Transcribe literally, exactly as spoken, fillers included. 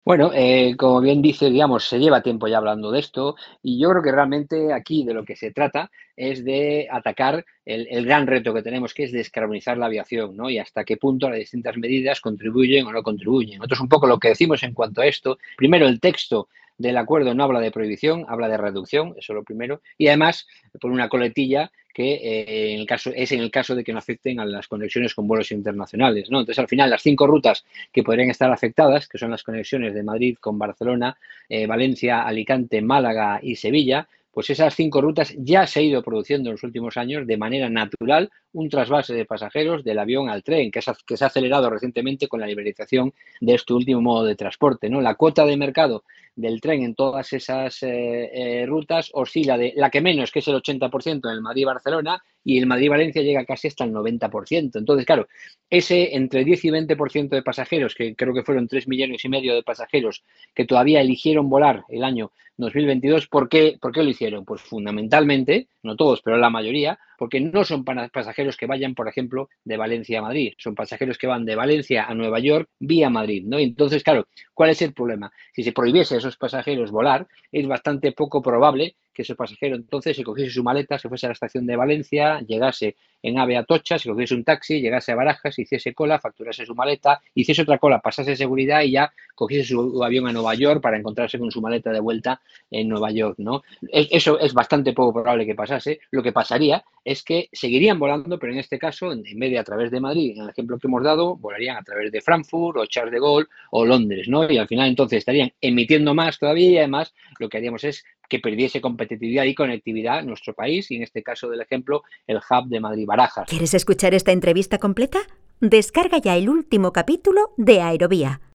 Bueno, eh, como bien dice, digamos, se lleva tiempo ya hablando de esto y yo creo que realmente aquí de lo que se trata es de atacar el, el gran reto que tenemos, que es descarbonizar la aviación, ¿no? Y hasta qué punto las distintas medidas contribuyen o no contribuyen. Nosotros un poco lo que decimos en cuanto a esto, primero el texto del acuerdo no habla de prohibición, habla de reducción, eso es lo primero, y además por una coletilla que eh, en el caso, es en el caso de que no afecten a las conexiones con vuelos internacionales, ¿no? Entonces, al final, las cinco rutas que podrían estar afectadas, que son las conexiones de Madrid con Barcelona, eh, Valencia, Alicante, Málaga y Sevilla, pues esas cinco rutas ya se ha ido produciendo en los últimos años de manera natural un trasvase de pasajeros del avión al tren, que, que se ha acelerado recientemente con la liberalización de este último modo de transporte, ¿no? La cuota de mercado del tren en todas esas eh, eh, rutas oscila de la que menos, que es el ochenta por ciento en el Madrid-Barcelona, y el Madrid-Valencia llega casi hasta el noventa por ciento. Entonces, claro, ese entre diez y veinte por ciento de pasajeros, que creo que fueron tres millones y medio de pasajeros que todavía eligieron volar el año dos mil veintidós, ¿por qué, ¿por qué lo hicieron? Pues fundamentalmente, no todos, pero la mayoría, porque no son pasajeros que vayan, por ejemplo, de Valencia a Madrid, son pasajeros que van de Valencia a Nueva York vía Madrid, ¿no? Y entonces, claro, ¿cuál es el problema? Si se prohibiese a esos pasajeros volar, es bastante poco probable que ese pasajero entonces se cogiese su maleta, se fuese a la estación de Valencia, llegase en AVE a Atocha, se cogiese un taxi, llegase a Barajas, hiciese cola, facturase su maleta, hiciese otra cola, pasase seguridad y ya cogiese su avión a Nueva York para encontrarse con su maleta de vuelta en Nueva York, ¿no? Eso es bastante poco probable que pasase. Lo que pasaría es que seguirían volando, pero en este caso, en vez de a través de Madrid, en el ejemplo que hemos dado, volarían a través de Frankfurt o Charles de Gaulle o Londres, ¿no? Y al final entonces estarían emitiendo más todavía y además lo que haríamos es que perdiese competitividad y conectividad en nuestro país y en este caso del ejemplo el hub de Madrid-Barajas. ¿Quieres escuchar esta entrevista completa? Descarga ya el último capítulo de Aerovía.